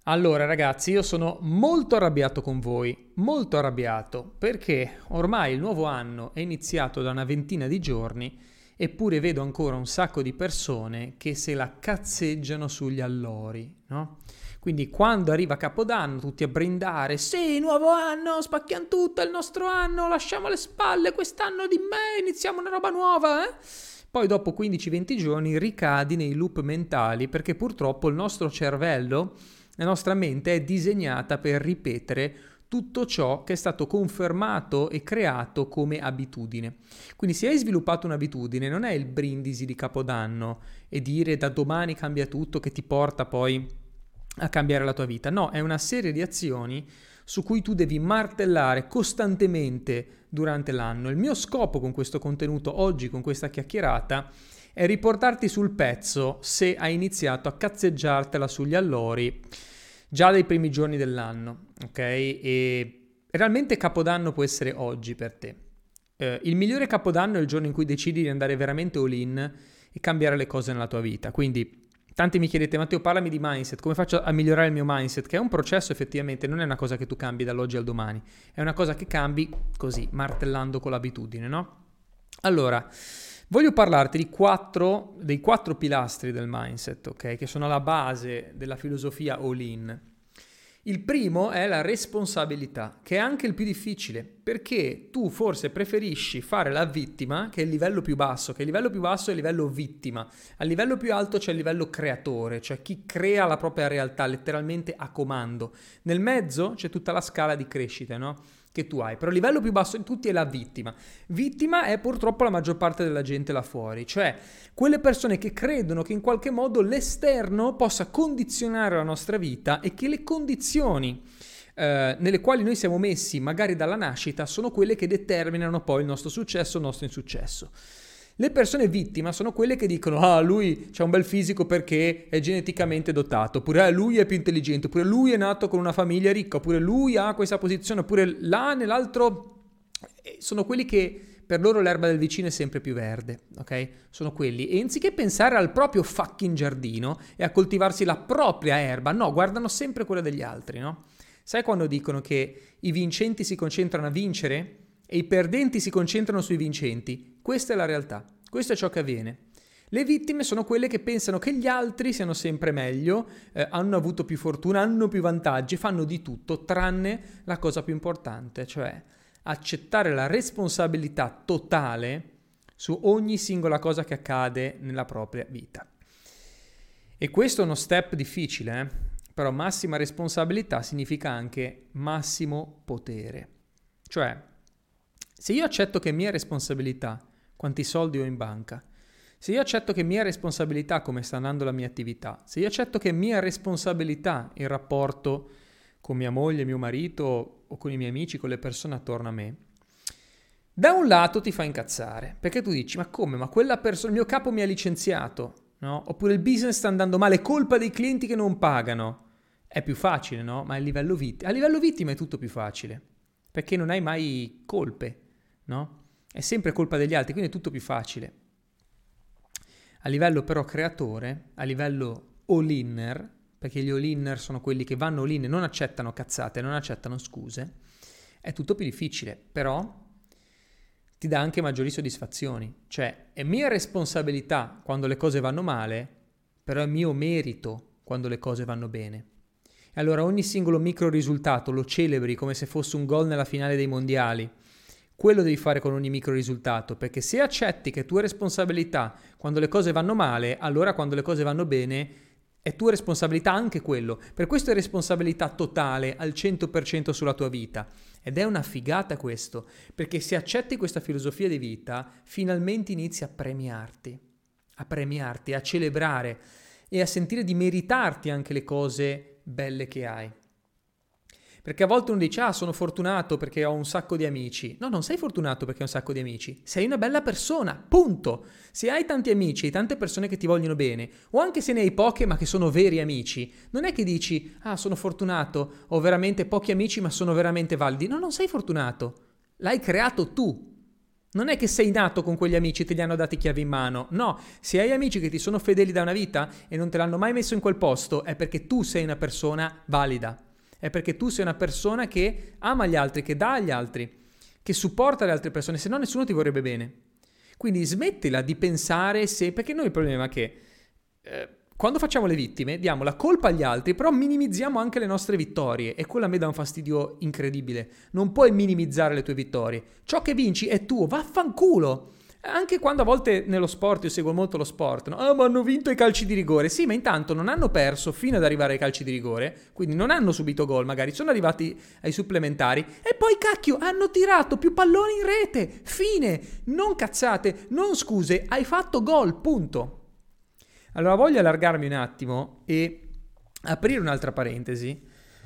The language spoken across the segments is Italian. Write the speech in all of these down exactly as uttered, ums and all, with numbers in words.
Allora ragazzi, io sono molto arrabbiato con voi, molto arrabbiato, perché ormai il nuovo anno è iniziato da una ventina di giorni, eppure vedo ancora un sacco di persone che se la cazzeggiano sugli allori, no? Quindi quando arriva Capodanno tutti a brindare, sì, nuovo anno, spacchiamo tutto, è il nostro anno, lasciamo alle spalle quest'anno di me, iniziamo una roba nuova, eh? Poi dopo quindici venti giorni ricadi nei loop mentali perché purtroppo il nostro cervello, la nostra mente è disegnata per ripetere tutto ciò che è stato confermato e creato come abitudine. Quindi se hai sviluppato un'abitudine non è il brindisi di Capodanno e dire da domani cambia tutto che ti porta poi a cambiare la tua vita. No, è una serie di azioni su cui tu devi martellare costantemente durante l'anno. Il mio scopo con questo contenuto oggi, con questa chiacchierata, è riportarti sul pezzo se hai iniziato a cazzeggiartela sugli allori già dai primi giorni dell'anno, ok? E realmente Capodanno può essere oggi per te. Eh, il migliore Capodanno è il giorno in cui decidi di andare veramente all in e cambiare le cose nella tua vita. Quindi tanti mi chiedete, Matteo, parlami di mindset, come faccio a migliorare il mio mindset? Che è un processo effettivamente, non è una cosa che tu cambi dall'oggi al domani, è una cosa che cambi così, martellando con l'abitudine, no? Allora, voglio parlarti di quattro, dei quattro pilastri del mindset, ok? Che sono la base della filosofia all-in. Il primo è la responsabilità, che è anche il più difficile, perché tu forse preferisci fare la vittima, che è il livello più basso, che il livello più basso è il livello vittima. Al livello più alto c'è il livello creatore, cioè chi crea la propria realtà, letteralmente a comando. Nel mezzo c'è tutta la scala di crescita, no? Che tu hai, però il livello più basso di tutti è la vittima. Vittima è purtroppo la maggior parte della gente là fuori, cioè quelle persone che credono che in qualche modo l'esterno possa condizionare la nostra vita e che le condizioni eh, nelle quali noi siamo messi magari dalla nascita sono quelle che determinano poi il nostro successo o il nostro insuccesso. Le persone vittima sono quelle che dicono ah lui c'ha un bel fisico perché è geneticamente dotato, oppure ah, lui è più intelligente, oppure lui è nato con una famiglia ricca, oppure lui ha questa posizione, oppure là nell'altro. Sono quelli che per loro l'erba del vicino è sempre più verde, ok? Sono quelli. E anziché pensare al proprio fucking giardino e a coltivarsi la propria erba, no, guardano sempre quella degli altri, no? Sai quando dicono che i vincenti si concentrano a vincere e i perdenti si concentrano sui vincenti? Questa è la realtà, questo è ciò che avviene. Le vittime sono quelle che pensano che gli altri siano sempre meglio, eh, hanno avuto più fortuna, hanno più vantaggi, fanno di tutto, tranne la cosa più importante, cioè accettare la responsabilità totale su ogni singola cosa che accade nella propria vita. E questo è uno step difficile, eh? Però massima responsabilità significa anche massimo potere. Cioè, se io accetto che è mia responsabilità quanti soldi ho in banca, se io accetto che è mia responsabilità come sta andando la mia attività, se io accetto che è mia responsabilità il rapporto con mia moglie, mio marito o con i miei amici, con le persone attorno a me, da un lato ti fa incazzare, perché tu dici ma come, ma quella persona, il mio capo mi ha licenziato, no? Oppure il business sta andando male, è colpa dei clienti che non pagano. È più facile, no? Ma a livello vittima, a livello vittima è tutto più facile, perché non hai mai colpe, no? È sempre colpa degli altri, quindi è tutto più facile. A livello però creatore, a livello all-inner, perché gli all-inner sono quelli che vanno all-in e non accettano cazzate, non accettano scuse, è tutto più difficile, però ti dà anche maggiori soddisfazioni. Cioè, è mia responsabilità quando le cose vanno male, però è mio merito quando le cose vanno bene. E allora ogni singolo micro risultato lo celebri come se fosse un gol nella finale dei mondiali. Quello devi fare con ogni micro risultato, perché se accetti che è tua responsabilità quando le cose vanno male, allora quando le cose vanno bene è tua responsabilità anche quello. Per questo è responsabilità totale al cento per cento sulla tua vita. Ed è una figata questo, perché se accetti questa filosofia di vita, finalmente inizi a premiarti, a premiarti, a celebrare e a sentire di meritarti anche le cose belle che hai. Perché a volte uno dice, ah, sono fortunato perché ho un sacco di amici. No, non sei fortunato perché hai un sacco di amici. Sei una bella persona, punto. Se hai tanti amici e tante persone che ti vogliono bene, o anche se ne hai poche ma che sono veri amici, non è che dici, ah, sono fortunato, ho veramente pochi amici ma sono veramente validi. No, non sei fortunato. L'hai creato tu. Non è che sei nato con quegli amici e te li hanno dati chiavi in mano. No, se hai amici che ti sono fedeli da una vita e non te l'hanno mai messo in quel posto, è perché tu sei una persona valida. È perché tu sei una persona che ama gli altri, che dà agli altri, che supporta le altre persone, se no nessuno ti vorrebbe bene. Quindi smettila di pensare se... Perché noi il problema è che eh, quando facciamo le vittime diamo la colpa agli altri, però minimizziamo anche le nostre vittorie e quello a me dà un fastidio incredibile. Non puoi minimizzare le tue vittorie. Ciò che vinci è tuo, vaffanculo! Anche quando a volte nello sport, io seguo molto lo sport, no? Ah, ma hanno vinto i calci di rigore. Sì, ma intanto non hanno perso fino ad arrivare ai calci di rigore, quindi non hanno subito gol, magari sono arrivati ai supplementari e poi, cacchio, hanno tirato più palloni in rete. Fine! Non cazzate, non scuse, hai fatto gol, punto. Allora voglio allargarmi un attimo e aprire un'altra parentesi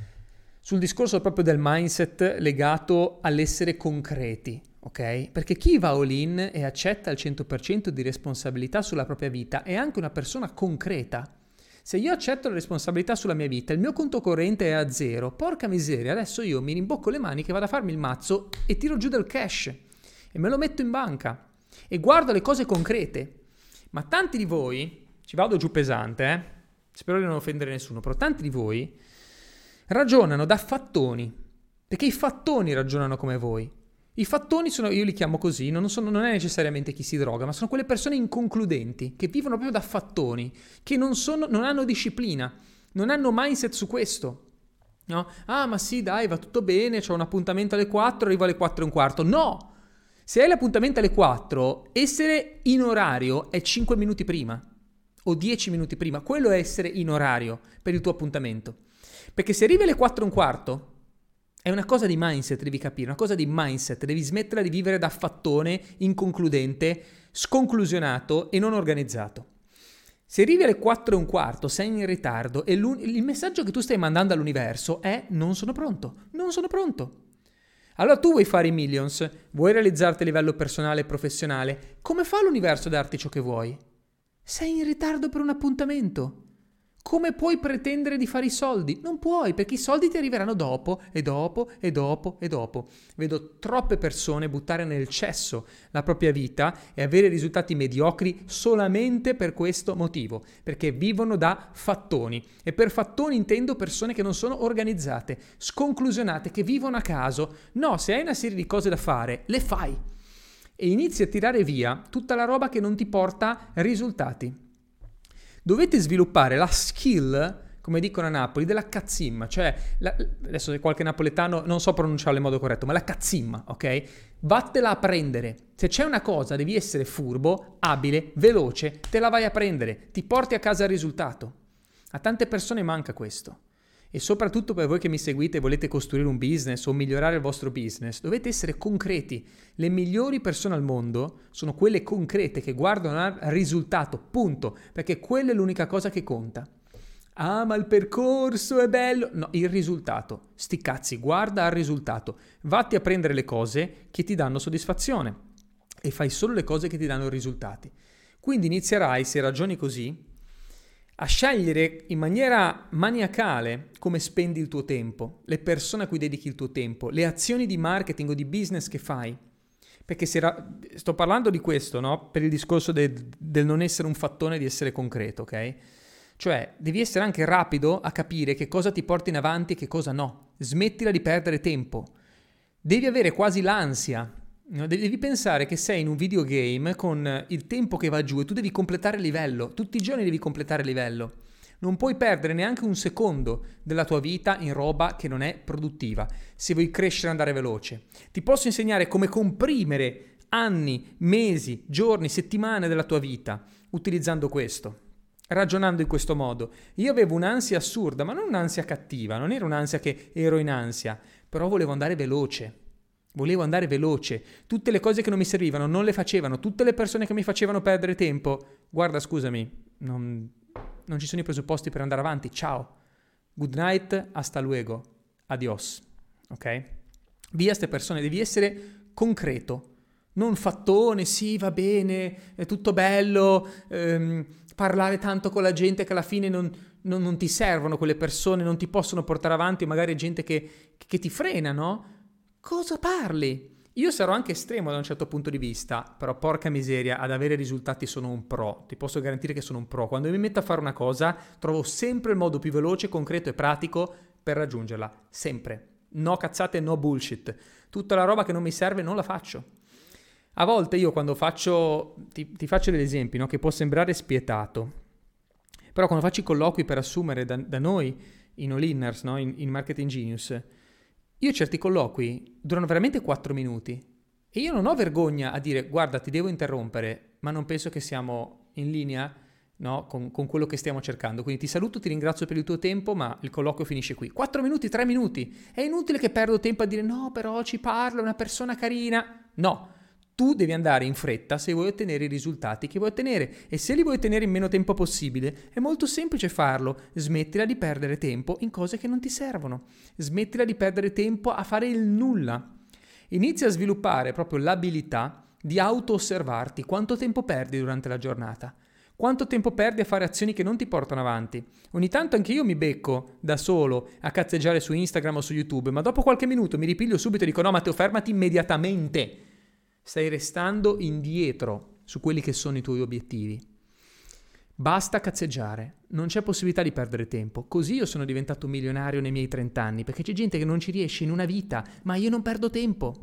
sul discorso proprio del mindset legato all'essere concreti, ok? Perché chi va all in e accetta il cento per cento di responsabilità sulla propria vita è anche una persona concreta. Se io accetto la responsabilità sulla mia vita, il mio conto corrente è a zero, porca miseria, adesso io mi rimbocco le maniche, vado a farmi il mazzo e tiro giù del cash e me lo metto in banca e guardo le cose concrete. Ma tanti di voi... Ci vado giù pesante, eh? Spero di non offendere nessuno, però tanti di voi ragionano da fattoni, perché i fattoni ragionano come voi. I fattoni sono, io li chiamo così, non, sono, non è necessariamente chi si droga, ma sono quelle persone inconcludenti, che vivono proprio da fattoni, che non, sono, non hanno disciplina, non hanno mindset su questo. No? Ah, ma sì, dai, va tutto bene, c'ho un appuntamento alle quattro, arrivo alle quattro e un quarto. No! Se hai l'appuntamento alle quattro, essere in orario è cinque minuti prima. O dieci minuti prima, quello è essere in orario per il tuo appuntamento. Perché se arrivi alle quattro e un quarto è una cosa di mindset, devi capire, una cosa di mindset, devi smettere di vivere da fattone inconcludente, sconclusionato e non organizzato. Se arrivi alle quattro e un quarto, sei in ritardo e il messaggio che tu stai mandando all'universo è non sono pronto, non sono pronto. Allora tu vuoi fare i millions, vuoi realizzarti a livello personale e professionale, come fa l'universo a darti ciò che vuoi? Sei in ritardo per un appuntamento. Come puoi pretendere di fare i soldi? Non puoi, perché i soldi ti arriveranno dopo e dopo e dopo e dopo. Vedo troppe persone buttare nel cesso la propria vita e avere risultati mediocri solamente per questo motivo, perché vivono da fattoni. E per fattoni intendo persone che non sono organizzate, sconclusionate, che vivono a caso. No, se hai una serie di cose da fare, le fai. E inizi a tirare via tutta la roba che non ti porta risultati. Dovete sviluppare la skill, come dicono a Napoli, della cazzimma, cioè, la, adesso qualche napoletano non so pronunciarlo in modo corretto, ma la cazzimma, ok? Vattela a prendere. Se c'è una cosa, devi essere furbo, abile, veloce, te la vai a prendere, ti porti a casa il risultato. A tante persone manca questo. E soprattutto per voi che mi seguite e volete costruire un business o migliorare il vostro business, dovete essere concreti. Le migliori persone al mondo sono quelle concrete che guardano al risultato, punto, perché quella è l'unica cosa che conta. Ah, ma il percorso è bello! No, il risultato. Sti cazzi, guarda al risultato. Vatti a prendere le cose che ti danno soddisfazione e fai solo le cose che ti danno risultati. Quindi inizierai, se ragioni così, a scegliere in maniera maniacale come spendi il tuo tempo, le persone a cui dedichi il tuo tempo, le azioni di marketing o di business che fai. Perché se ra- sto parlando di questo, no? Per il discorso de- del non essere un fattone, di essere concreto, ok? Cioè, devi essere anche rapido a capire che cosa ti porta in avanti e che cosa no. Smettila di perdere tempo. Devi avere quasi l'ansia. No? Devi pensare che sei in un videogame con il tempo che va giù e tu devi completare il livello. Tutti i giorni devi completare il livello. Non puoi perdere neanche un secondo della tua vita in roba che non è produttiva, se vuoi crescere e andare veloce. Ti posso insegnare come comprimere anni, mesi, giorni, settimane della tua vita utilizzando questo, ragionando in questo modo. Io avevo un'ansia assurda, ma non un'ansia cattiva, non era un'ansia che ero in ansia, però volevo andare veloce. Volevo andare veloce, tutte le cose che non mi servivano non le facevano, tutte le persone che mi facevano perdere tempo, guarda scusami, non, non ci sono i presupposti per andare avanti, ciao, good night, hasta luego, adios, ok? Via ste persone, devi essere concreto, non fattone, sì va bene, è tutto bello, ehm, parlare tanto con la gente che alla fine non, non, non ti servono quelle persone, non ti possono portare avanti, magari gente che, che ti frena, no? Cosa parli? Io sarò anche estremo da un certo punto di vista, però porca miseria, ad avere risultati sono un pro, ti posso garantire che sono un pro. Quando mi metto a fare una cosa, trovo sempre il modo più veloce, concreto e pratico per raggiungerla, sempre. No cazzate, no bullshit. Tutta la roba che non mi serve non la faccio. A volte io quando faccio, ti, ti faccio degli esempi, no? Che può sembrare spietato, però quando faccio i colloqui per assumere da, da noi in All-Inners, no? in, in Marketing Genius, io certi colloqui durano veramente quattro minuti e io non ho vergogna a dire guarda ti devo interrompere, ma non penso che siamo in linea, no? con, con quello che stiamo cercando, quindi ti saluto, ti ringrazio per il tuo tempo, ma il colloquio finisce qui. quattro minuti, tre minuti, è inutile che perdo tempo a dire no però ci parla, è una persona carina, no. Tu devi andare in fretta se vuoi ottenere i risultati che vuoi ottenere e se li vuoi ottenere in meno tempo possibile è molto semplice farlo. Smettila di perdere tempo in cose che non ti servono. Smettila di perdere tempo a fare il nulla. Inizia a sviluppare proprio l'abilità di auto-osservarti quanto tempo perdi durante la giornata. Quanto tempo perdi a fare azioni che non ti portano avanti. Ogni tanto anche io mi becco da solo a cazzeggiare su Instagram o su YouTube, ma dopo qualche minuto mi ripiglio subito e dico no Matteo fermati immediatamente. Stai restando indietro su quelli che sono i tuoi obiettivi. Basta cazzeggiare, non c'è possibilità di perdere tempo. Così io sono diventato milionario nei miei trent'anni, perché c'è gente che non ci riesce in una vita, ma io non perdo tempo.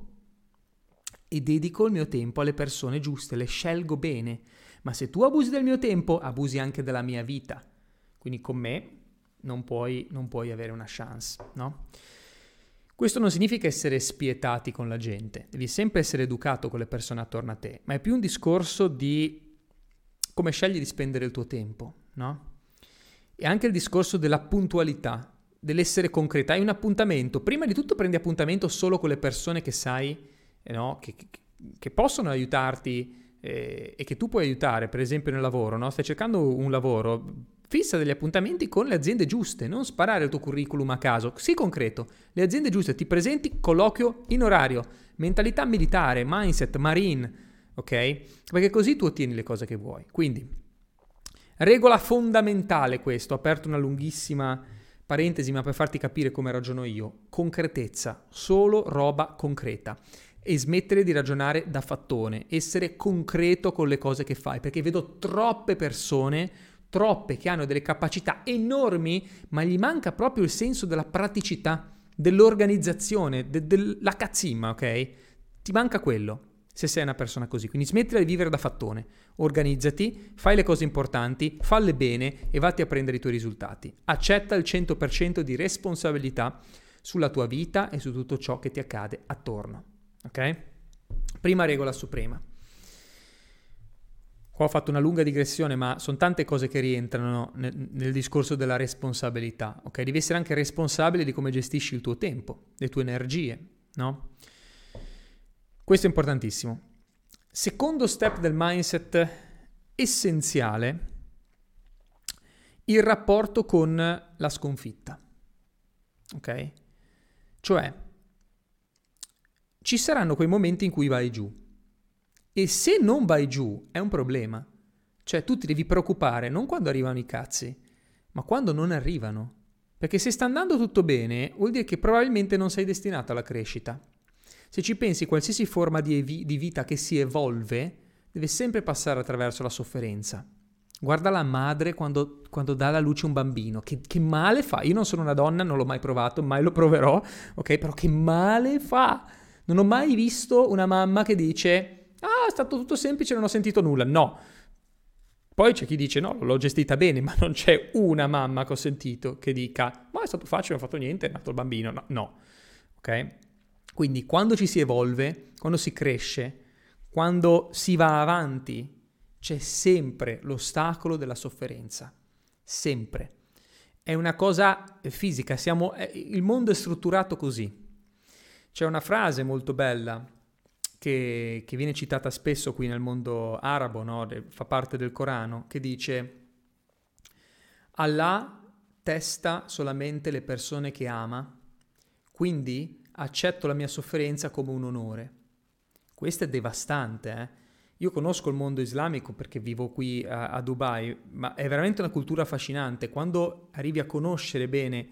E dedico il mio tempo alle persone giuste, le scelgo bene. Ma se tu abusi del mio tempo, abusi anche della mia vita. Quindi con me non puoi, non puoi avere una chance, no? Questo non significa essere spietati con la gente, devi sempre essere educato con le persone attorno a te, ma è più un discorso di come scegli di spendere il tuo tempo, no? E anche il discorso della puntualità, dell'essere concreta. Hai un appuntamento, prima di tutto prendi appuntamento solo con le persone che sai, eh no? che, che, che possono aiutarti eh, e che tu puoi aiutare, per esempio nel lavoro, no? Stai cercando un lavoro, fissa degli appuntamenti con le aziende giuste, non sparare il tuo curriculum a caso, sii concreto, le aziende giuste, ti presenti, colloquio in orario, mentalità militare, mindset, marine, ok? Perché così tu ottieni le cose che vuoi. Quindi, regola fondamentale questo, ho aperto una lunghissima parentesi ma per farti capire come ragiono io, concretezza, solo roba concreta. E smettere di ragionare da fattone, essere concreto con le cose che fai, perché vedo troppe persone troppe che hanno delle capacità enormi, ma gli manca proprio il senso della praticità, dell'organizzazione, de- della cazzimma, ok? Ti manca quello se sei una persona così. Quindi smettila di vivere da fattone, organizzati, fai le cose importanti, falle bene e vatti a prendere i tuoi risultati. Accetta il cento per cento di responsabilità sulla tua vita e su tutto ciò che ti accade attorno, ok? Prima regola suprema. Qua ho fatto una lunga digressione, ma sono tante cose che rientrano nel, nel discorso della responsabilità, ok? Devi essere anche responsabile di come gestisci il tuo tempo, le tue energie, no? Questo è importantissimo. Secondo step del mindset essenziale, il rapporto con la sconfitta, ok? Cioè, ci saranno quei momenti in cui vai giù. E se non vai giù è un problema. Cioè tu ti devi preoccupare non quando arrivano i cazzi, ma quando non arrivano. Perché se sta andando tutto bene vuol dire che probabilmente non sei destinato alla crescita. Se ci pensi, qualsiasi forma di, evi- di vita che si evolve deve sempre passare attraverso la sofferenza. Guarda la madre quando, quando dà alla luce un bambino. Che, che male fa? Io non sono una donna, non l'ho mai provato, mai lo proverò, ok? Però che male fa? Non ho mai visto una mamma che dice ah, è stato tutto semplice, non ho sentito nulla. No. Poi c'è chi dice no, l'ho gestita bene, ma non c'è una mamma che ho sentito che dica ma è stato facile, non ho fatto niente, è nato il bambino. No, no. Ok? Quindi quando ci si evolve, quando si cresce, quando si va avanti, c'è sempre l'ostacolo della sofferenza. Sempre. È una cosa fisica, siamo, il mondo è strutturato così. C'è una frase molto bella Che, che viene citata spesso qui nel mondo arabo, no? Fa parte del Corano, che dice Allah testa solamente le persone che ama, quindi accetto la mia sofferenza come un onore. Questo è devastante, eh? Io conosco il mondo islamico perché vivo qui a, a Dubai, ma è veramente una cultura affascinante. Quando arrivi a conoscere bene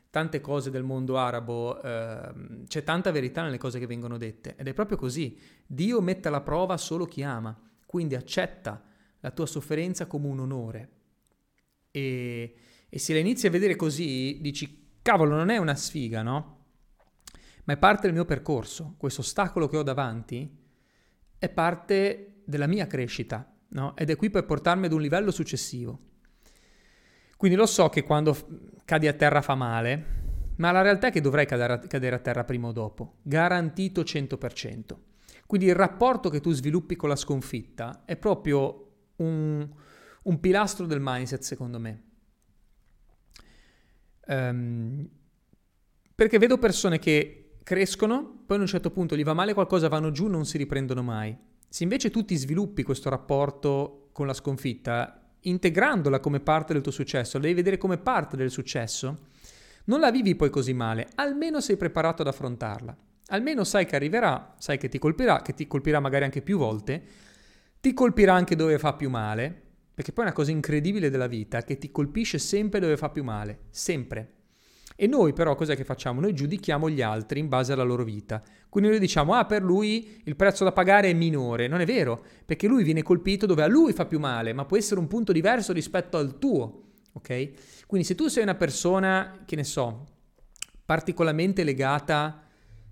tante cose del mondo arabo, eh, c'è tanta verità nelle cose che vengono dette, ed è proprio così. Dio mette alla prova solo chi ama, quindi accetta la tua sofferenza come un onore. E, e se la inizi a vedere così, dici, cavolo, non è una sfiga, no? Ma è parte del mio percorso. Questo ostacolo che ho davanti è parte della mia crescita, no? Ed è qui per portarmi ad un livello successivo. Quindi lo so che quando cadi a terra fa male, ma la realtà è che dovrai cadere a terra prima o dopo, garantito cento per cento. Quindi il rapporto che tu sviluppi con la sconfitta è proprio un, un pilastro del mindset, secondo me. Um, perché vedo persone che crescono, poi a un certo punto gli va male qualcosa, vanno giù, non si riprendono mai. Se invece tu ti sviluppi questo rapporto con la sconfitta, integrandola come parte del tuo successo, la devi vedere come parte del successo, non la vivi poi così male, almeno sei preparato ad affrontarla, almeno sai che arriverà, sai che ti colpirà, che ti colpirà magari anche più volte, ti colpirà anche dove fa più male, perché poi è una cosa incredibile della vita, che ti colpisce sempre dove fa più male, sempre. E noi però cos'è che facciamo? Noi giudichiamo gli altri in base alla loro vita. Quindi noi diciamo, ah, per lui il prezzo da pagare è minore. Non è vero, perché lui viene colpito dove a lui fa più male, ma può essere un punto diverso rispetto al tuo, ok? Quindi se tu sei una persona, che ne so, particolarmente legata,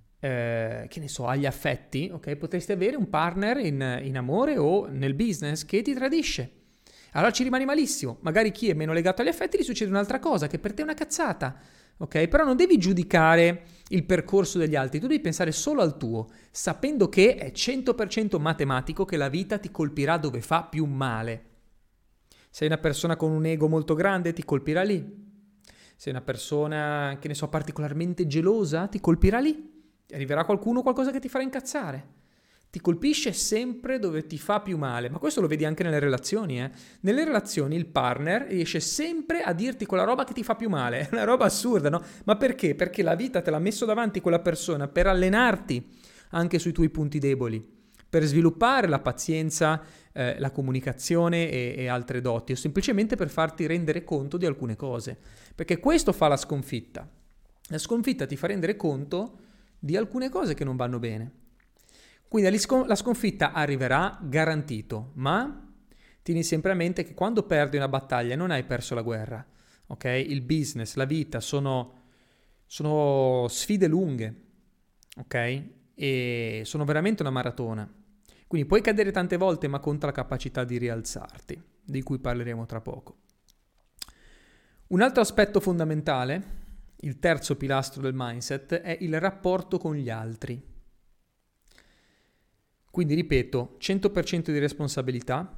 eh, che ne so, agli affetti, ok? Potresti avere un partner in, in amore o nel business che ti tradisce. Allora ci rimani malissimo. Magari chi è meno legato agli affetti gli succede un'altra cosa, che per te è una cazzata. Ok? Però non devi giudicare il percorso degli altri, tu devi pensare solo al tuo, sapendo che è cento per cento matematico che la vita ti colpirà dove fa più male. Sei una persona con un ego molto grande, ti colpirà lì. Sei una persona, che ne so, particolarmente gelosa, ti colpirà lì. Arriverà qualcuno, qualcosa che ti farà incazzare. Ti colpisce sempre dove ti fa più male, ma questo lo vedi anche nelle relazioni, eh? Nelle relazioni il partner riesce sempre a dirti quella roba che ti fa più male, è una roba assurda, no? Ma perché? Perché la vita te l'ha messo davanti quella persona per allenarti anche sui tuoi punti deboli, per sviluppare la pazienza, eh, la comunicazione e, e altre doti, o semplicemente per farti rendere conto di alcune cose, perché questo fa la sconfitta. La sconfitta ti fa rendere conto di alcune cose che non vanno bene. Quindi la sconfitta arriverà garantito, ma tieni sempre a mente che quando perdi una battaglia non hai perso la guerra, ok? Il business, la vita sono, sono sfide lunghe, ok? E sono veramente una maratona. Quindi puoi cadere tante volte, ma conta la capacità di rialzarti, di cui parleremo tra poco. Un altro aspetto fondamentale, il terzo pilastro del mindset, è il rapporto con gli altri. Quindi ripeto, cento per cento di responsabilità,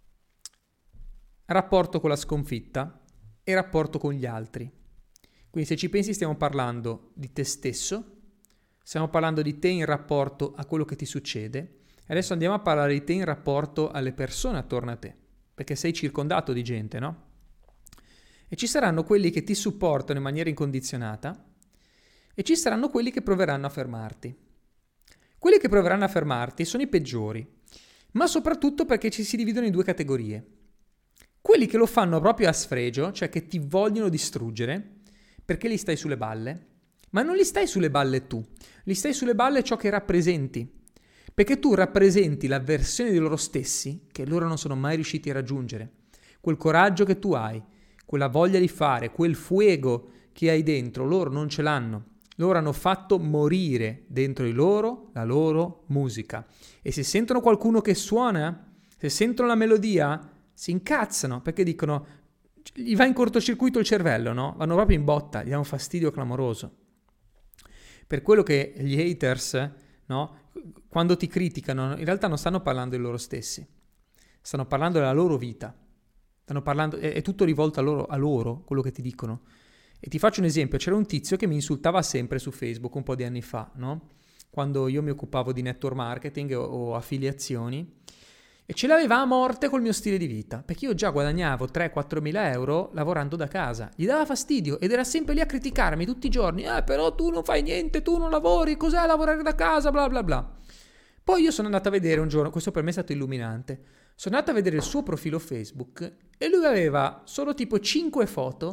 rapporto con la sconfitta e rapporto con gli altri. Quindi se ci pensi stiamo parlando di te stesso, stiamo parlando di te in rapporto a quello che ti succede e adesso andiamo a parlare di te in rapporto alle persone attorno a te, perché sei circondato di gente, no? E ci saranno quelli che ti supportano in maniera incondizionata e ci saranno quelli che proveranno a fermarti. Quelli che proveranno a fermarti sono i peggiori, ma soprattutto perché ci si dividono in due categorie. Quelli che lo fanno proprio a sfregio, cioè che ti vogliono distruggere, perché li stai sulle balle, ma non li stai sulle balle tu, li stai sulle balle ciò che rappresenti, perché tu rappresenti la versione di loro stessi che loro non sono mai riusciti a raggiungere, quel coraggio che tu hai, quella voglia di fare, quel fuego che hai dentro, loro non ce l'hanno. Loro hanno fatto morire dentro di loro la loro musica. E se sentono qualcuno che suona, se sentono la melodia, si incazzano perché dicono, gli va in cortocircuito il cervello, no? Vanno proprio in botta, gli dà un fastidio clamoroso. Per quello che gli haters, no? Quando ti criticano, in realtà non stanno parlando di loro stessi, stanno parlando della loro vita. Stanno parlando, è, è tutto rivolto a loro, a loro, quello che ti dicono. E ti faccio un esempio, c'era un tizio che mi insultava sempre su Facebook un po' di anni fa, no? Quando io mi occupavo di network marketing o, o affiliazioni, e ce l'aveva a morte col mio stile di vita, perché io già guadagnavo tre quattro mila euro lavorando da casa. Gli dava fastidio ed era sempre lì a criticarmi tutti i giorni, eh però tu non fai niente, tu non lavori, cos'è lavorare da casa, bla bla bla. Poi io sono andato a vedere un giorno, questo per me è stato illuminante, sono andato a vedere il suo profilo Facebook e lui aveva solo tipo cinque foto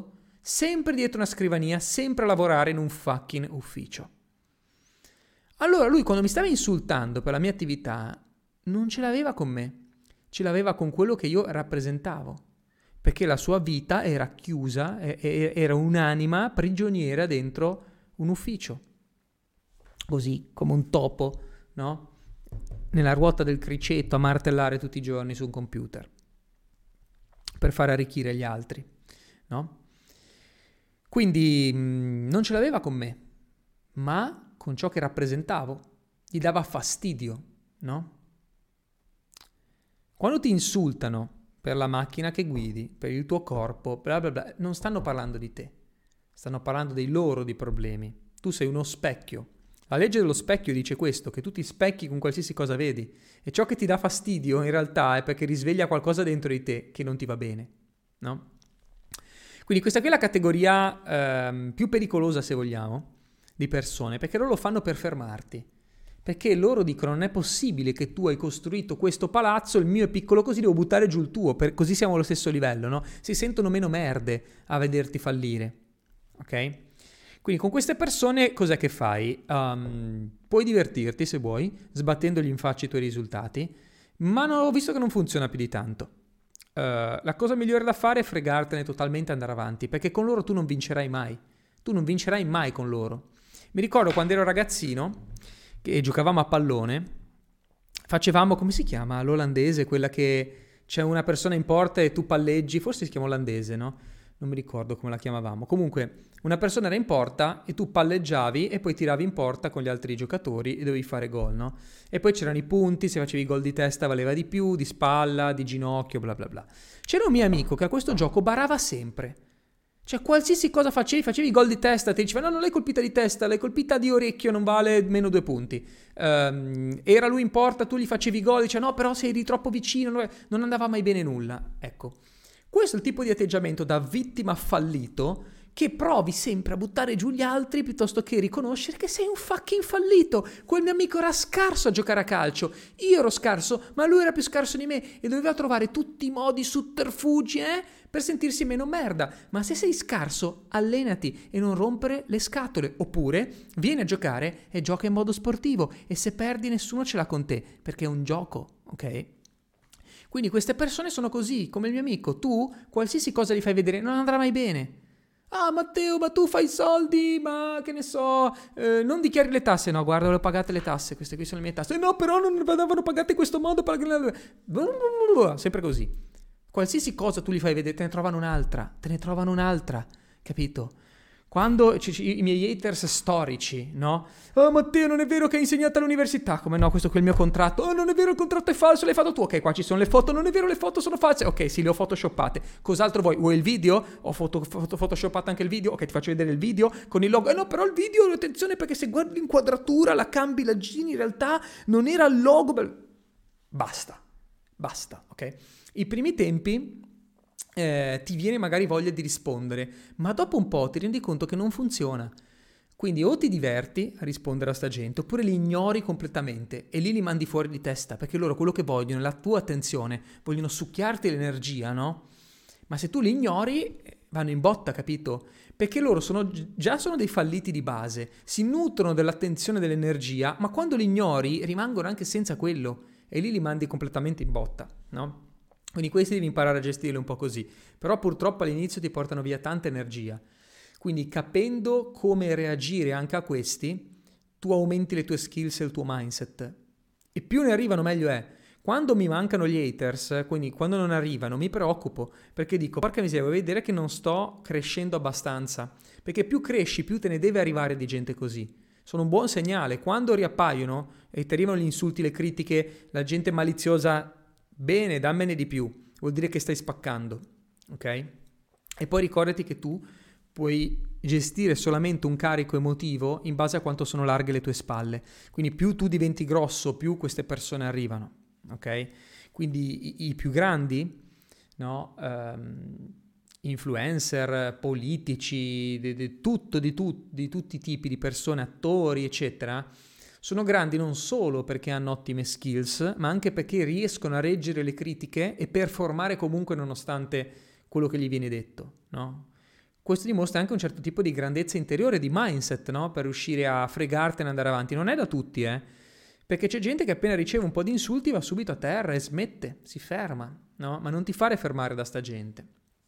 sempre dietro una scrivania, sempre a lavorare in un fucking ufficio. Allora lui, quando mi stava insultando per la mia attività, non ce l'aveva con me, ce l'aveva con quello che io rappresentavo, perché la sua vita era chiusa, era un'anima prigioniera dentro un ufficio, così come un topo, no? Nella ruota del criceto a martellare tutti i giorni su un computer per far arricchire gli altri, no? Quindi mh, non ce l'aveva con me, ma con ciò che rappresentavo. Gli dava fastidio, no? Quando ti insultano per la macchina che guidi, per il tuo corpo, bla bla bla, non stanno parlando di te, stanno parlando dei loro di problemi. Tu sei uno specchio. La legge dello specchio dice questo, che tu ti specchi con qualsiasi cosa vedi, e ciò che ti dà fastidio in realtà è perché risveglia qualcosa dentro di te che non ti va bene, no? Quindi questa qui è la categoria ehm, più pericolosa, se vogliamo, di persone, perché loro lo fanno per fermarti, perché loro dicono non è possibile che tu hai costruito questo palazzo, il mio è piccolo così, devo buttare giù il tuo, per, così siamo allo stesso livello, no? Si sentono meno merde a vederti fallire, ok? Quindi con queste persone cos'è che fai? Um, puoi divertirti se vuoi, sbattendogli in faccia i tuoi risultati, ma no, ho visto che non funziona più di tanto. Uh, la cosa migliore da fare è fregartene totalmente e andare avanti, perché con loro tu non vincerai mai. Tu non vincerai mai con loro. Mi ricordo quando ero ragazzino, che giocavamo a pallone, facevamo, come si chiama, l'olandese, quella che c'è una persona in porta e tu palleggi, forse si chiama olandese, no? Non mi ricordo come la chiamavamo. Comunque, una persona era in porta e tu palleggiavi e poi tiravi in porta con gli altri giocatori e dovevi fare gol, no? E poi c'erano i punti, se facevi gol di testa valeva di più, di spalla, di ginocchio, bla bla bla. C'era un mio amico che a questo gioco barava sempre. Cioè, qualsiasi cosa facevi, facevi gol di testa, ti diceva no, non l'hai colpita di testa, l'hai colpita di orecchio, non vale meno due punti. Um, era lui in porta, tu gli facevi gol, diceva no, però sei troppo vicino, non andava mai bene nulla. Ecco. Questo è il tipo di atteggiamento da vittima fallito che provi sempre a buttare giù gli altri piuttosto che riconoscere che sei un fucking fallito. Quel mio amico era scarso a giocare a calcio, io ero scarso, ma lui era più scarso di me e doveva trovare tutti i modi, sotterfugi, eh, per sentirsi meno merda. Ma se sei scarso, allenati e non rompere le scatole, oppure vieni a giocare e gioca in modo sportivo e se perdi nessuno ce l'ha con te, perché è un gioco, ok? Quindi queste persone sono così, come il mio amico. Tu, qualsiasi cosa gli fai vedere, non andrà mai bene. Ah, Matteo, ma tu fai soldi, ma che ne so, eh, non dichiari le tasse. No, guarda, le ho pagate le tasse, queste qui sono le mie tasse. No, però non andavano pagate in questo modo. Sempre così. Qualsiasi cosa tu gli fai vedere, te ne trovano un'altra, te ne trovano un'altra, capito? Quando c- c- i miei haters storici, no? Oh Matteo, non è vero che hai insegnato all'università. Come no, questo qui è il mio contratto. Oh, non è vero, il contratto è falso, l'hai fatto tu. Ok, qua ci sono le foto. Non è vero, le foto sono false. Ok, sì, le ho photoshoppate. Cos'altro vuoi? Vuoi il video? Ho foto, foto, photoshoppato anche il video. Ok, ti faccio vedere il video con il logo. Eh no, però il video, attenzione, perché se guardi l'inquadratura, la cambi, la giri, in realtà non era il logo. Basta, basta, ok? I primi tempi Eh, ti viene magari voglia di rispondere, ma dopo un po' ti rendi conto che non funziona. Quindi o ti diverti a rispondere a sta gente, oppure li ignori completamente e lì li mandi fuori di testa, perché loro quello che vogliono è la tua attenzione, vogliono succhiarti l'energia, no? Ma se tu li ignori, vanno in botta, capito? Perché loro sono, già sono dei falliti di base, si nutrono dell'attenzione e dell'energia, ma quando li ignori rimangono anche senza quello e lì li mandi completamente in botta, no? Quindi questi devi imparare a gestirli un po' così, però purtroppo all'inizio ti portano via tanta energia. Quindi capendo come reagire anche a questi, tu aumenti le tue skills e il tuo mindset. E più ne arrivano meglio è. Quando mi mancano gli haters, quindi quando non arrivano, mi preoccupo, perché dico, porca miseria, vuoi vedere che non sto crescendo abbastanza? Perché più cresci, più te ne deve arrivare di gente così. Sono un buon segnale. Quando riappaiono e ti arrivano gli insulti, le critiche, la gente maliziosa, bene, dammene di più, vuol dire che stai spaccando, ok? E poi ricordati che tu puoi gestire solamente un carico emotivo in base a quanto sono larghe le tue spalle, quindi più tu diventi grosso, più queste persone arrivano, ok? Quindi i, i più grandi, no? Um, influencer, politici, di, di tutto, di, tu, di tutti i tipi di persone, attori, eccetera, sono grandi non solo perché hanno ottime skills, ma anche perché riescono a reggere le critiche e performare comunque nonostante quello che gli viene detto, no? questo dimostra anche un certo tipo di grandezza interiore, di mindset, no? Per riuscire a fregartene e andare avanti. Non è da tutti, eh? Perché c'è gente che appena riceve un po' di insulti va subito a terra e smette, si ferma, no? Ma non ti fare fermare da sta gente.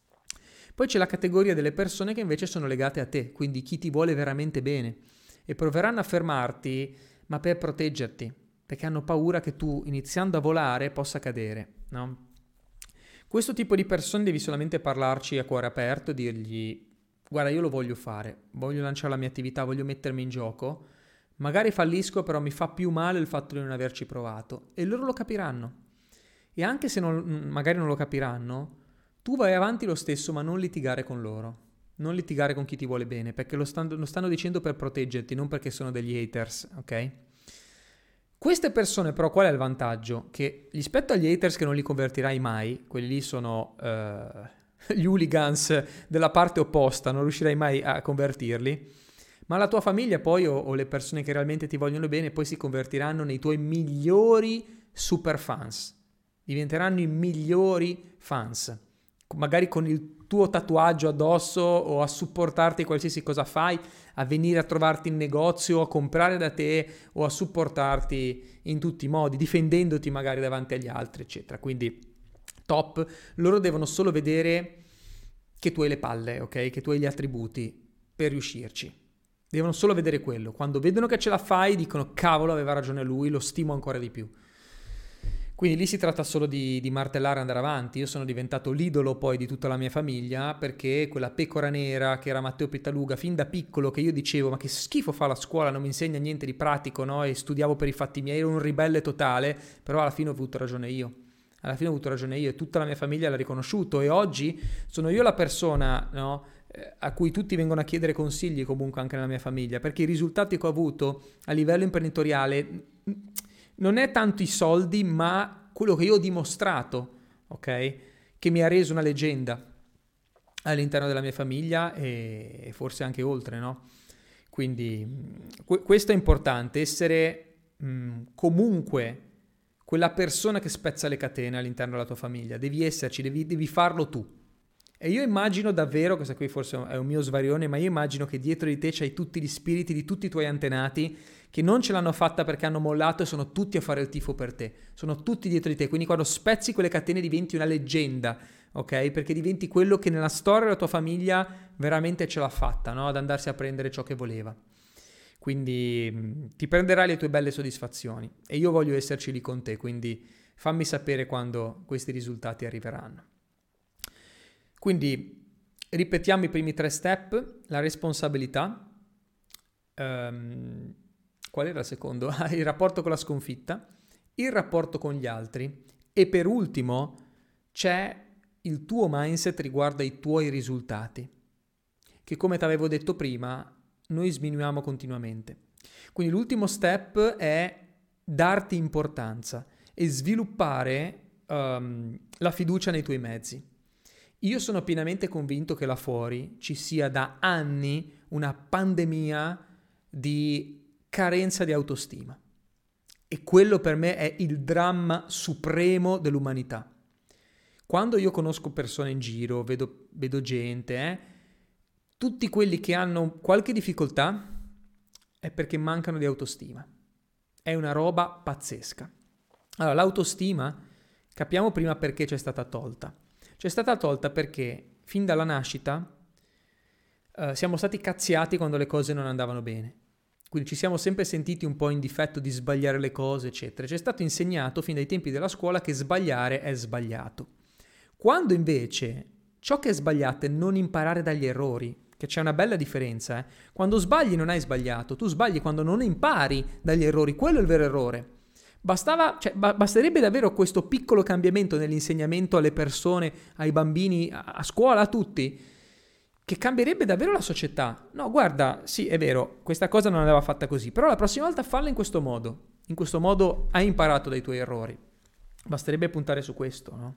Poi c'è la categoria delle persone che invece sono legate a te, quindi chi ti vuole veramente bene, e proveranno a fermarti, ma per proteggerti, perché hanno paura che tu, iniziando a volare, possa cadere, no? Questo tipo di persone devi solamente parlarci a cuore aperto, dirgli: guarda, io lo voglio fare, voglio lanciare la mia attività, voglio mettermi in gioco, magari fallisco, però mi fa più male il fatto di non averci provato, e loro lo capiranno. E anche se non, magari non lo capiranno, tu vai avanti lo stesso, ma non litigare con loro, non litigare con chi ti vuole bene, perché lo stanno, lo stanno dicendo per proteggerti, non perché sono degli haters, ok? Queste persone però qual è il vantaggio? Che rispetto agli haters che non li convertirai mai, quelli lì sono uh, gli hooligans della parte opposta, non riuscirai mai a convertirli, ma la tua famiglia poi o, o le persone che realmente ti vogliono bene poi si convertiranno nei tuoi migliori super fans, diventeranno i migliori fans, magari con il tuo tatuaggio addosso o a supportarti qualsiasi cosa fai, a venire a trovarti in negozio, a comprare da te o a supportarti in tutti i modi, difendendoti magari davanti agli altri, eccetera. Quindi top, loro devono solo vedere che tu hai le palle, ok? Che tu hai gli attributi per riuscirci. Devono solo vedere quello. Quando vedono che ce la fai, dicono: cavolo, aveva ragione lui, lo stimo ancora di più. Quindi lì si tratta solo di, di martellare e andare avanti. Io sono diventato l'idolo poi di tutta la mia famiglia, perché quella pecora nera che era Matteo Pittaluga, fin da piccolo, che io dicevo: ma che schifo fa la scuola, non mi insegna niente di pratico, no? E studiavo per i fatti miei, ero un ribelle totale, però alla fine ho avuto ragione io. Alla fine ho avuto ragione io e tutta la mia famiglia l'ha riconosciuto, e oggi sono io la persona, no, a cui tutti vengono a chiedere consigli, comunque anche nella mia famiglia, perché i risultati che ho avuto a livello imprenditoriale non è tanto i soldi, ma quello che io ho dimostrato, ok? Che mi ha reso una leggenda all'interno della mia famiglia e forse anche oltre, no? Quindi que- questo è importante, essere mh, comunque quella persona che spezza le catene all'interno della tua famiglia. Devi esserci, devi, devi farlo tu. E io immagino davvero, questo qui forse è un mio svarione, ma io immagino che dietro di te c'hai tutti gli spiriti di tutti i tuoi antenati che non ce l'hanno fatta perché hanno mollato e sono tutti a fare il tifo per te. Sono tutti dietro di te, quindi quando spezzi quelle catene diventi una leggenda, ok? Perché diventi quello che nella storia della tua famiglia veramente ce l'ha fatta, no? Ad andarsi a prendere ciò che voleva. Quindi mh, ti prenderai le tue belle soddisfazioni e io voglio esserci lì con te, quindi fammi sapere quando questi risultati arriveranno. Quindi ripetiamo i primi tre step: la responsabilità, um, qual era il secondo? Il rapporto con la sconfitta, il rapporto con gli altri e per ultimo c'è il tuo mindset riguardo ai tuoi risultati, che come ti avevo detto prima noi sminuiamo continuamente. Quindi l'ultimo step è darti importanza e sviluppare um, la fiducia nei tuoi mezzi. Io sono pienamente convinto che là fuori ci sia da anni una pandemia di carenza di autostima. E quello per me è il dramma supremo dell'umanità. Quando io conosco persone in giro, vedo, vedo gente, eh, tutti quelli che hanno qualche difficoltà è perché mancano di autostima. È una roba pazzesca. Allora, l'autostima, capiamo prima perché c'è stata tolta. C'è stata tolta perché fin dalla nascita uh, siamo stati cazziati quando le cose non andavano bene. Quindi ci siamo sempre sentiti un po' in difetto di sbagliare le cose, eccetera. Ci è stato insegnato fin dai tempi della scuola che sbagliare è sbagliato. Quando invece ciò che è sbagliato è non imparare dagli errori, che c'è una bella differenza. Eh? Quando sbagli non hai sbagliato, tu sbagli quando non impari dagli errori, quello è il vero errore. Bastava, cioè, ba- basterebbe davvero questo piccolo cambiamento nell'insegnamento alle persone, ai bambini, a, a scuola, a tutti, che cambierebbe davvero la società. No, guarda, sì, è vero, questa cosa non andava fatta così, però la prossima volta falla in questo modo. In questo modo hai imparato dai tuoi errori. Basterebbe puntare su questo, no?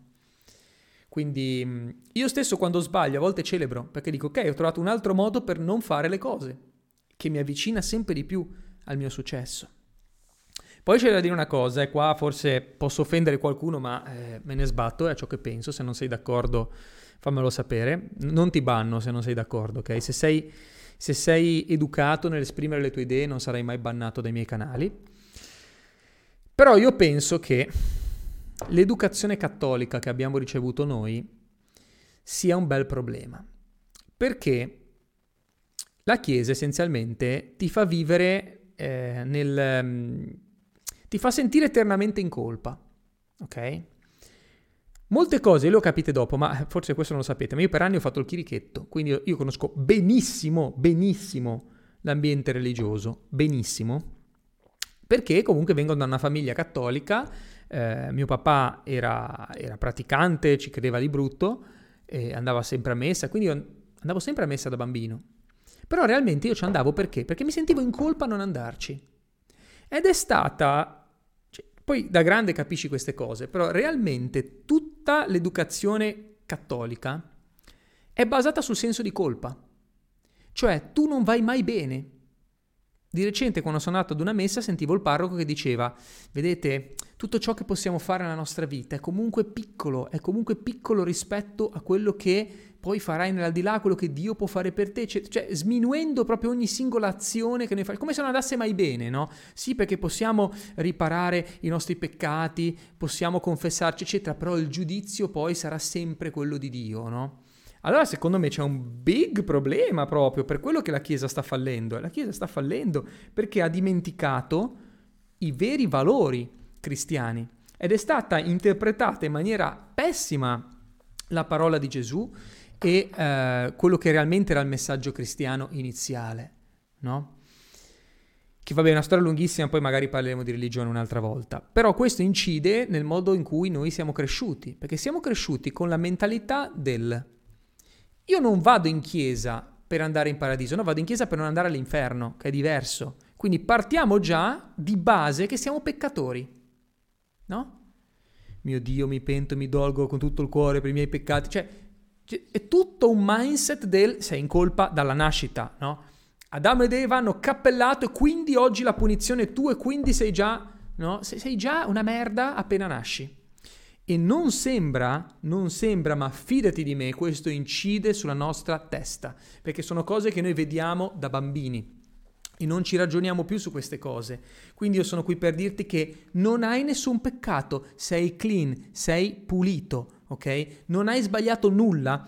Quindi io stesso quando sbaglio a volte celebro, perché dico: ok, ho trovato un altro modo per non fare le cose, che mi avvicina sempre di più al mio successo. Poi c'è da dire una cosa, e qua forse posso offendere qualcuno, ma eh, me ne sbatto, è ciò che penso. Se non sei d'accordo fammelo sapere. Non ti banno se non sei d'accordo, ok? Se sei, se sei educato nell'esprimere le tue idee non sarai mai bannato dai miei canali. Però io penso che l'educazione cattolica che abbiamo ricevuto noi sia un bel problema, perché la Chiesa essenzialmente ti fa vivere eh, nel... Um, ti fa sentire eternamente in colpa, ok? Molte cose le ho capite dopo, ma forse questo non lo sapete, ma io per anni ho fatto il chirichetto, quindi io, io conosco benissimo, benissimo l'ambiente religioso, benissimo, perché comunque vengo da una famiglia cattolica, eh, mio papà era, era praticante, ci credeva di brutto, e andava sempre a messa, quindi io andavo sempre a messa da bambino. Però realmente io ci andavo perché? Perché mi sentivo in colpa a non andarci. Ed è stata... Cioè, poi da grande capisci queste cose, però realmente tutta l'educazione cattolica è basata sul senso di colpa. Cioè, tu non vai mai bene. Di recente, quando sono andato ad una messa, sentivo il parroco che diceva: vedete, tutto ciò che possiamo fare nella nostra vita è comunque piccolo, è comunque piccolo rispetto a quello che poi farai nell'aldilà, quello che Dio può fare per te, cioè sminuendo proprio ogni singola azione che noi facciamo, come se non andasse mai bene, no? Sì, perché possiamo riparare i nostri peccati, possiamo confessarci, eccetera, però il giudizio poi sarà sempre quello di Dio, no? Allora secondo me c'è un big problema proprio per quello che la Chiesa sta fallendo. La Chiesa sta fallendo perché ha dimenticato i veri valori cristiani ed è stata interpretata in maniera pessima la parola di Gesù e eh, quello che realmente era il messaggio cristiano iniziale, no? Che vabbè è una storia lunghissima, poi magari parleremo di religione un'altra volta. Però questo incide nel modo in cui noi siamo cresciuti, perché siamo cresciuti con la mentalità del io non vado in chiesa per andare in paradiso, no, vado in chiesa per non andare all'inferno, che è diverso. Quindi partiamo già di base che siamo peccatori, no? Mio Dio, mi pento, mi dolgo con tutto il cuore per i miei peccati, cioè è tutto un mindset del sei in colpa dalla nascita, no? Adamo ed Eva hanno cappellato e quindi oggi la punizione è tua e quindi sei già, no? Sei già una merda appena nasci. E non sembra, non sembra, ma fidati di me, questo incide sulla nostra testa, perché sono cose che noi vediamo da bambini e non ci ragioniamo più su queste cose. Quindi io sono qui per dirti che non hai nessun peccato, sei clean, sei pulito, ok? Non hai sbagliato nulla,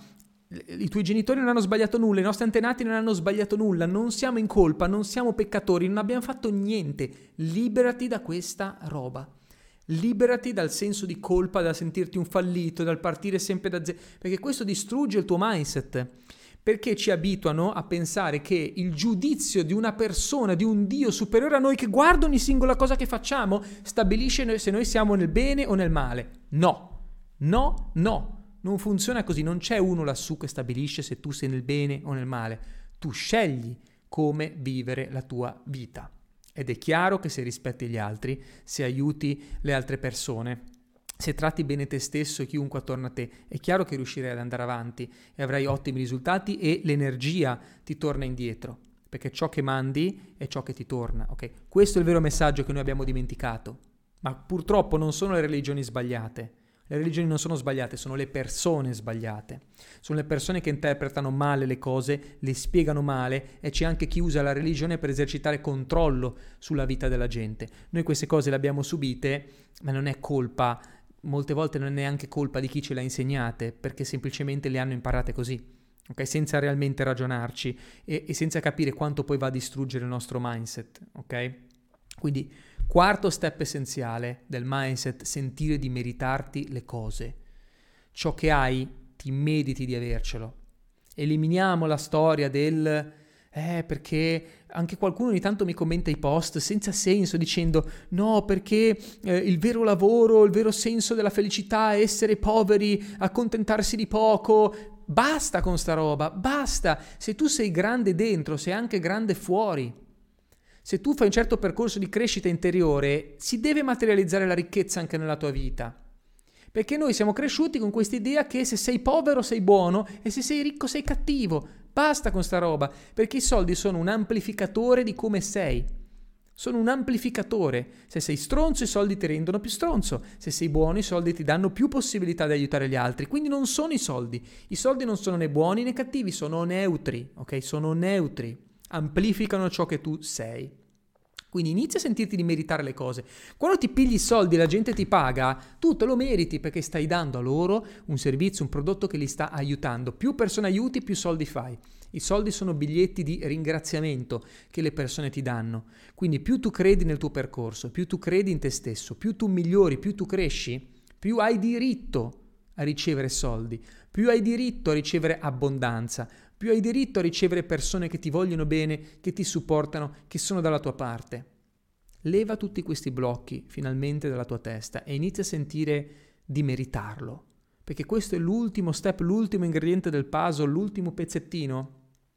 i tuoi genitori non hanno sbagliato nulla, i nostri antenati non hanno sbagliato nulla, non siamo in colpa, non siamo peccatori, non abbiamo fatto niente. Liberati da questa roba. Liberati dal senso di colpa, dal sentirti un fallito, dal partire sempre da zero, perché questo distrugge il tuo mindset, perché ci abituano a pensare che il giudizio di una persona, di un Dio superiore a noi che guarda ogni singola cosa che facciamo, stabilisce se noi siamo nel bene o nel male. No, no, no, non funziona così, non c'è uno lassù che stabilisce se tu sei nel bene o nel male, tu scegli come vivere la tua vita. Ed è chiaro che se rispetti gli altri, se aiuti le altre persone, se tratti bene te stesso e chiunque attorno a te, è chiaro che riuscirai ad andare avanti e avrai ottimi risultati e l'energia ti torna indietro, perché ciò che mandi è ciò che ti torna, ok? Questo è il vero messaggio che noi abbiamo dimenticato, ma purtroppo non sono le religioni sbagliate. Le religioni non sono sbagliate, sono le persone sbagliate. Sono le persone che interpretano male le cose, le spiegano male e c'è anche chi usa la religione per esercitare controllo sulla vita della gente. Noi queste cose le abbiamo subite, ma non è colpa, molte volte non è neanche colpa di chi ce le ha insegnate, perché semplicemente le hanno imparate così, ok? Senza realmente ragionarci e, e senza capire quanto poi va a distruggere il nostro mindset, ok? Quindi quarto step essenziale del mindset, sentire di meritarti le cose. Ciò che hai, ti meriti di avercelo. Eliminiamo la storia del eh perché anche qualcuno ogni tanto mi commenta i post senza senso dicendo no perché eh, il vero lavoro, il vero senso della felicità è essere poveri, accontentarsi di poco. Basta con sta roba, basta. Se tu sei grande dentro, sei anche grande fuori. Se tu fai un certo percorso di crescita interiore, si deve materializzare la ricchezza anche nella tua vita. Perché noi siamo cresciuti con questa idea che se sei povero sei buono e se sei ricco sei cattivo. Basta con sta roba, perché i soldi sono un amplificatore di come sei. Sono un amplificatore. Se sei stronzo i soldi ti rendono più stronzo, se sei buono i soldi ti danno più possibilità di aiutare gli altri, quindi non sono i soldi. I soldi non sono né buoni né cattivi, sono neutri, ok? Sono neutri, amplificano ciò che tu sei. Quindi inizia a sentirti di meritare le cose. Quando ti pigli i soldi e la gente ti paga, tu te lo meriti perché stai dando a loro un servizio, un prodotto che li sta aiutando. Più persone aiuti, più soldi fai. I soldi sono biglietti di ringraziamento che le persone ti danno. Quindi più tu credi nel tuo percorso, più tu credi in te stesso, più tu migliori, più tu cresci, più hai diritto a ricevere soldi, più hai diritto a ricevere abbondanza, più hai diritto a ricevere persone che ti vogliono bene, che ti supportano, che sono dalla tua parte. Leva tutti questi blocchi finalmente dalla tua testa e inizia a sentire di meritarlo, perché questo è l'ultimo step, l'ultimo ingrediente del puzzle, l'ultimo pezzettino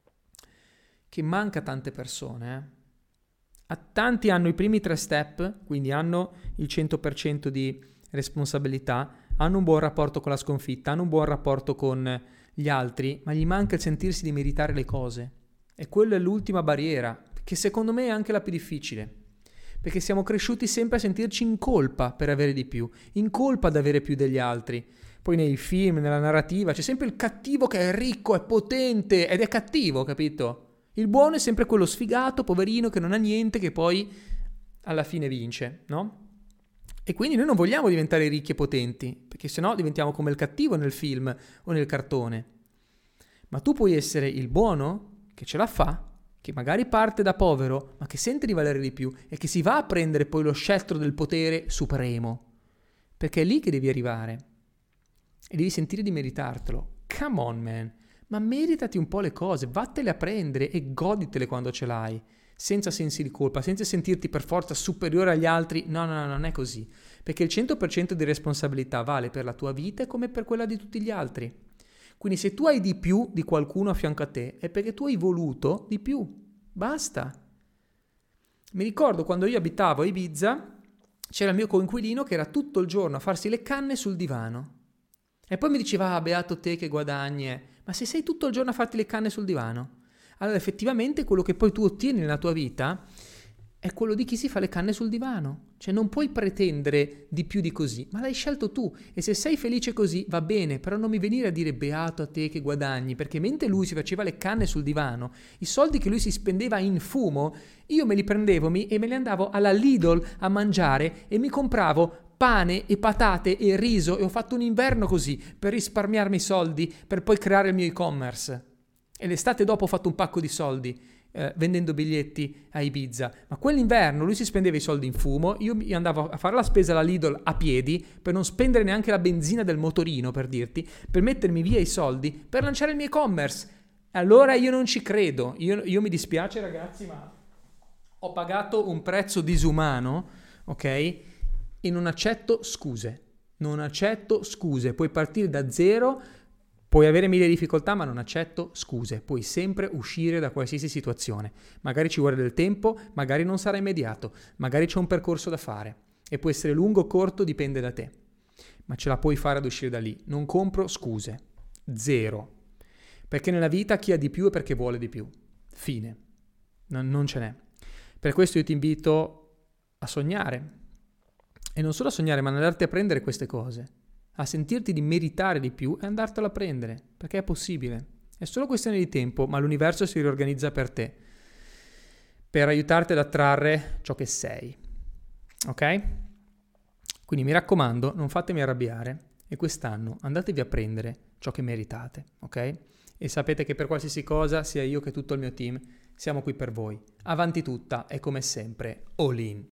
che manca a tante persone. Eh? A tanti hanno i primi tre step, quindi hanno il cento per cento di responsabilità, hanno un buon rapporto con la sconfitta, hanno un buon rapporto con gli altri, ma gli manca il sentirsi di meritare le cose. E quella è l'ultima barriera, che secondo me è anche la più difficile, perché siamo cresciuti sempre a sentirci in colpa per avere di più, in colpa ad avere più degli altri. Poi nei film, nella narrativa, c'è sempre il cattivo che è ricco, è potente ed è cattivo, capito? Il buono è sempre quello sfigato, poverino, che non ha niente, che poi alla fine vince, no? E quindi noi non vogliamo diventare ricchi e potenti, perché sennò diventiamo come il cattivo nel film o nel cartone. Ma tu puoi essere il buono, che ce la fa, che magari parte da povero, ma che sente di valere di più e che si va a prendere poi lo scettro del potere supremo. Perché è lì che devi arrivare. E devi sentire di meritartelo. Come on, man. Ma meritati un po' le cose, vattele a prendere e goditele quando ce l'hai. Senza sensi di colpa, senza sentirti per forza superiore agli altri. No, no, no, non è così. Perché il cento per cento di responsabilità vale per la tua vita come per quella di tutti gli altri. Quindi se tu hai di più di qualcuno a fianco a te, è perché tu hai voluto di più. Basta. Mi ricordo quando io abitavo a Ibiza, c'era il mio coinquilino che era tutto il giorno a farsi le canne sul divano. E poi mi diceva, ah, beato te che guadagni. eh. Ma se sei tutto il giorno a farti le canne sul divano? Allora effettivamente quello che poi tu ottieni nella tua vita è quello di chi si fa le canne sul divano. Cioè non puoi pretendere di più di così, ma l'hai scelto tu. E se sei felice così va bene, però non mi venire a dire beato a te che guadagni, perché mentre lui si faceva le canne sul divano, i soldi che lui si spendeva in fumo, io me li prendevo mi, e me li andavo alla Lidl a mangiare e mi compravo pane e patate e riso e ho fatto un inverno così per risparmiarmi i soldi per poi creare il mio e-commerce. E l'estate dopo ho fatto un pacco di soldi eh, vendendo biglietti a Ibiza. Ma quell'inverno lui si spendeva i soldi in fumo, io mi andavo a fare la spesa alla Lidl a piedi per non spendere neanche la benzina del motorino, per dirti, per mettermi via i soldi per lanciare il mio e-commerce. Allora io non ci credo, io, io mi dispiace ragazzi, ma ho pagato un prezzo disumano, ok? E non accetto scuse, non accetto scuse, puoi partire da zero. Puoi avere mille difficoltà, ma non accetto scuse. Puoi sempre uscire da qualsiasi situazione. Magari ci vuole del tempo, magari non sarà immediato, magari c'è un percorso da fare. E può essere lungo o corto, dipende da te. Ma ce la puoi fare ad uscire da lì. Non compro scuse. Zero. Perché nella vita chi ha di più è perché vuole di più. Fine. Non, non ce n'è. Per questo io ti invito a sognare. E non solo a sognare, ma ad andarti a prendere queste cose. A sentirti di meritare di più e andartelo a prendere, perché è possibile. È solo questione di tempo, ma l'universo si riorganizza per te, per aiutarti ad attrarre ciò che sei. Ok? Quindi mi raccomando, non fatemi arrabbiare e quest'anno andatevi a prendere ciò che meritate, ok? E sapete che per qualsiasi cosa, sia io che tutto il mio team, siamo qui per voi. Avanti tutta e come sempre, all in.